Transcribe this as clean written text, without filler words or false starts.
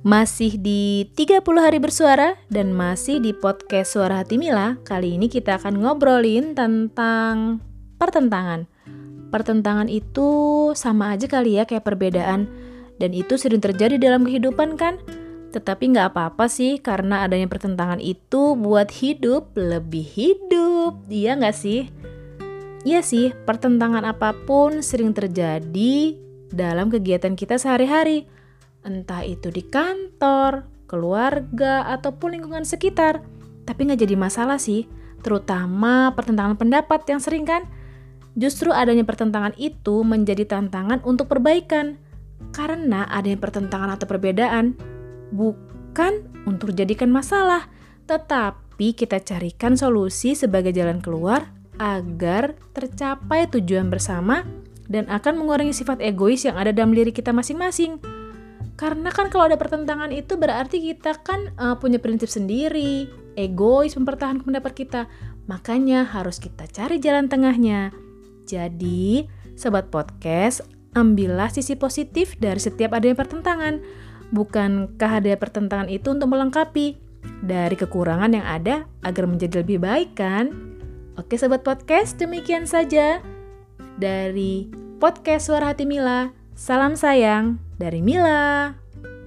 Masih di 30 hari bersuara dan masih di podcast Suara Hati Mila. Kali ini kita akan ngobrolin tentang pertentangan. Pertentangan itu sama aja kali ya kayak perbedaan, dan itu sering terjadi dalam kehidupan kan? Tetapi gak apa-apa sih, karena adanya pertentangan itu buat hidup lebih hidup. Iya gak sih? Iya sih, pertentangan apapun sering terjadi dalam kegiatan kita sehari-hari. Entah itu di kantor, keluarga, ataupun lingkungan sekitar. Tapi gak jadi masalah sih, terutama pertentangan pendapat yang sering kan. Justru adanya pertentangan itu menjadi tantangan untuk perbaikan. Karena adanya pertentangan atau perbedaan bukan untuk dijadikan masalah, tetapi kita carikan solusi sebagai jalan keluar agar tercapai tujuan bersama dan akan mengurangi sifat egois yang ada dalam diri kita masing-masing. Karena kan kalau ada pertentangan itu berarti kita kan punya prinsip sendiri, egois mempertahankan pendapat kita. Makanya harus kita cari jalan tengahnya. Jadi, sobat podcast, ambillah sisi positif dari setiap adanya pertentangan. Bukankah adanya pertentangan itu untuk melengkapi dari kekurangan yang ada agar menjadi lebih baik kan? Oke sobat podcast, demikian saja dari podcast Suara Hati Mila. Salam sayang dari Mila.